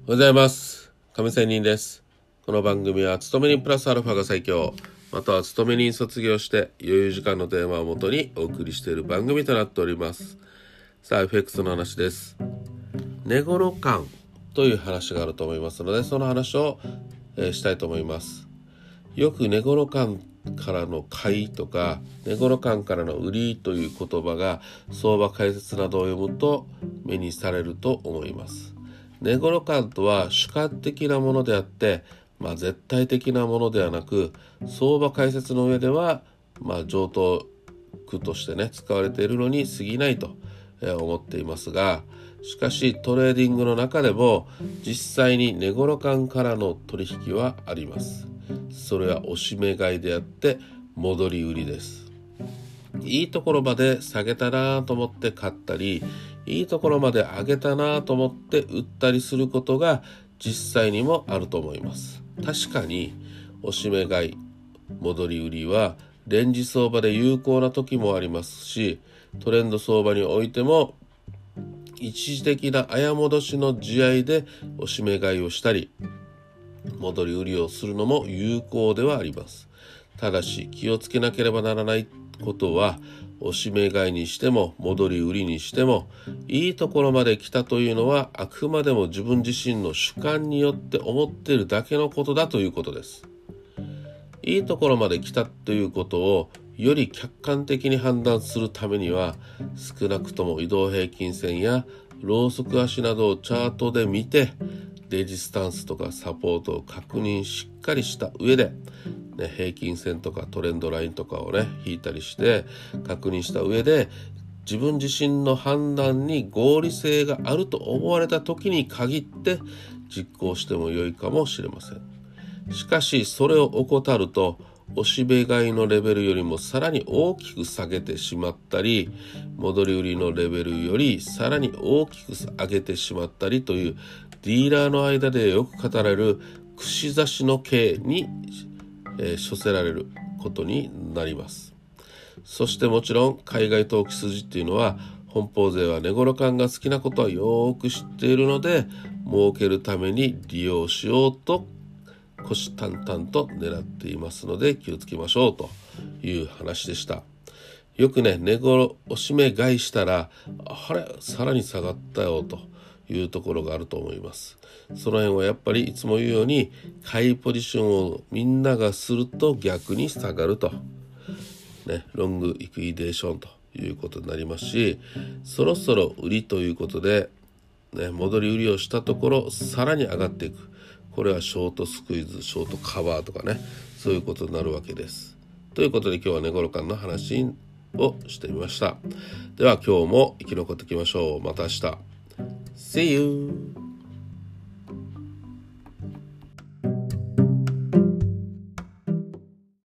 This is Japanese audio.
おはようございます。亀仙人です。この番組は勤め人プラスアルファが最強、または勤め人卒業して余裕時間のテーマをもとにお送りしている番組となっております。さあ FX の話です。寝頃感という話があると思いますので、その話を、したいと思います。よく寝頃感からの買いとか寝頃感からの売りという言葉が相場解説などを読むと目にされると思います。寝頃感とは主観的なものであって、絶対的なものではなく、相場解説の上では、常套句としてね使われているのに過ぎないと思っていますが、しかしトレーディングの中でも実際に寝頃感からの取引はあります。それは押し目買いであって戻り売りです。いいところまで下げたなと思って買ったり、いいところまで上げたなと思って売ったりすることが実際にもあると思います。確かに押し目買い、戻り売りはレンジ相場で有効な時もありますし、トレンド相場においても一時的な早戻しの試合で押し目買いをしたり戻り売りをするのも有効ではあります。ただし気をつけなければならないことは、押し目買いにしても戻り売りにしてもいいところまで来たというのはあくまでも自分自身の主観によって思っているだけのことだということです。いいところまで来たということをより客観的に判断するためには、少なくとも移動平均線やローソク足などをチャートで見て、レジスタンスとかサポートを確認しっかりした上で、平均線とかトレンドラインとかを引いたりして確認した上で、自分自身の判断に合理性があると思われた時に限って実行しても良いかもしれません。しかしそれを怠ると、押し目買いのレベルよりもさらに大きく下げてしまったり、戻り売りのレベルよりさらに大きく上げてしまったりという、ディーラーの間でよく語られる串刺しの刑に、処せられることになります。そしてもちろん海外投機筋っていうのは、本邦勢は寝頃感が好きなことはよく知っているので、儲けるために利用しようと虎視眈々と狙っていますので気をつけましょうという話でした。よく寝頃押し目買いしたら、あれさらに下がったよというところがあると思います。その辺はやっぱりいつも言うように、買いポジションをみんながすると逆に下がると、ロングリクイデーションということになりますし、そろそろ売りということで、戻り売りをしたところさらに上がっていく、これはショートスクイズ、ショートカバーとかそういうことになるわけです。ということで今日は寝頃感の話をしてみました。では今日も生き残っていきましょう。また明日。See you!